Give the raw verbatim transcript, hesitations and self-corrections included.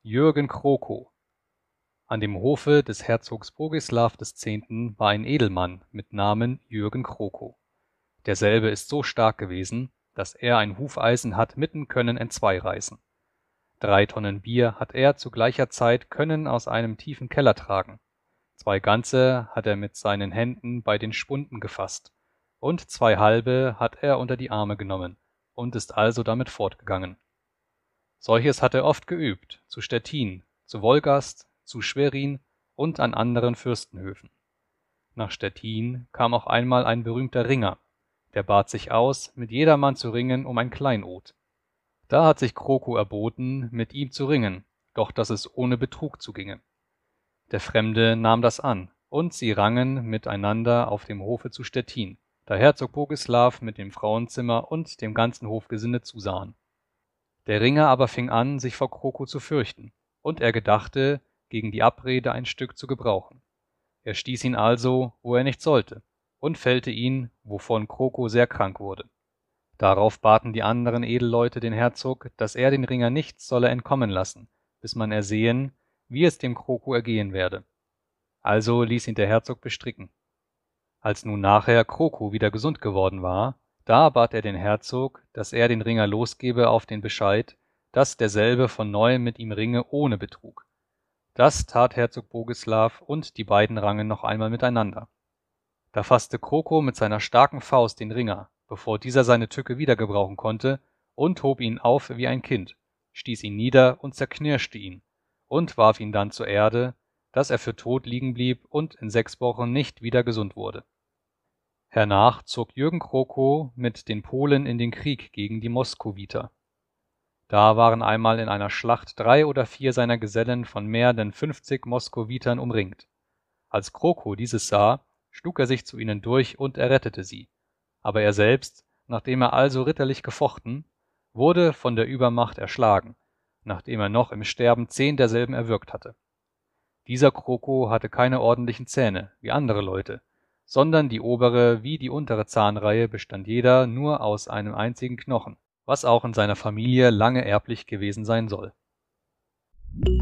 Jürgen Krokow. An dem Hofe des Herzogs Bogislaw des Zehnten war ein Edelmann mit Namen Jürgen Krokow. Derselbe ist so stark gewesen, dass er ein Hufeisen hat mitten können entzwei reißen. Drei Tonnen Bier hat er zu gleicher Zeit können aus einem tiefen Keller tragen. Zwei ganze hat er mit seinen Händen bei den Spunden gefasst, und zwei halbe hat er unter die Arme genommen und ist also damit fortgegangen. Solches hat er oft geübt, zu Stettin, zu Wolgast, zu Schwerin und an anderen Fürstenhöfen. Nach Stettin kam auch einmal ein berühmter Ringer, der bat sich aus, mit jedermann zu ringen um ein Kleinod. Da hat sich Krokow erboten, mit ihm zu ringen, doch dass es ohne Betrug zuginge. Der Fremde nahm das an, und sie rangen miteinander auf dem Hofe zu Stettin, da Herzog Bogislaw mit dem Frauenzimmer und dem ganzen Hofgesinde zusahen. Der Ringer aber fing an, sich vor Krokow zu fürchten, und er gedachte, gegen die Abrede ein Stück zu gebrauchen. Er stieß ihn also, wo er nicht sollte, und fällte ihn, wovon Krokow sehr krank wurde. Darauf baten die anderen Edelleute den Herzog, dass er den Ringer nicht solle entkommen lassen, bis man ersehen, wie es dem Krokow ergehen werde. Also ließ ihn der Herzog bestricken. Als nun nachher Krokow wieder gesund geworden war, da bat er den Herzog, dass er den Ringer losgebe auf den Bescheid, dass derselbe von neuem mit ihm ringe ohne Betrug. Das tat Herzog Bogislaw, und die beiden rangen noch einmal miteinander. Da fasste Krokow mit seiner starken Faust den Ringer, bevor dieser seine Tücke wieder gebrauchen konnte, und hob ihn auf wie ein Kind, stieß ihn nieder und zerknirschte ihn, und warf ihn dann zur Erde, dass er für tot liegen blieb und in sechs Wochen nicht wieder gesund wurde. Hernach zog Jürgen Krokow mit den Polen in den Krieg gegen die Moskowiter. Da waren einmal in einer Schlacht drei oder vier seiner Gesellen von mehr denn fünfzig Moskowitern umringt. Als Krokow dieses sah, schlug er sich zu ihnen durch und errettete sie. Aber er selbst, nachdem er also ritterlich gefochten, wurde von der Übermacht erschlagen, nachdem er noch im Sterben zehn derselben erwürgt hatte. Dieser Krokow hatte keine ordentlichen Zähne, wie andere Leute, sondern die obere wie die untere Zahnreihe bestand jeder nur aus einem einzigen Knochen, was auch in seiner Familie lange erblich gewesen sein soll.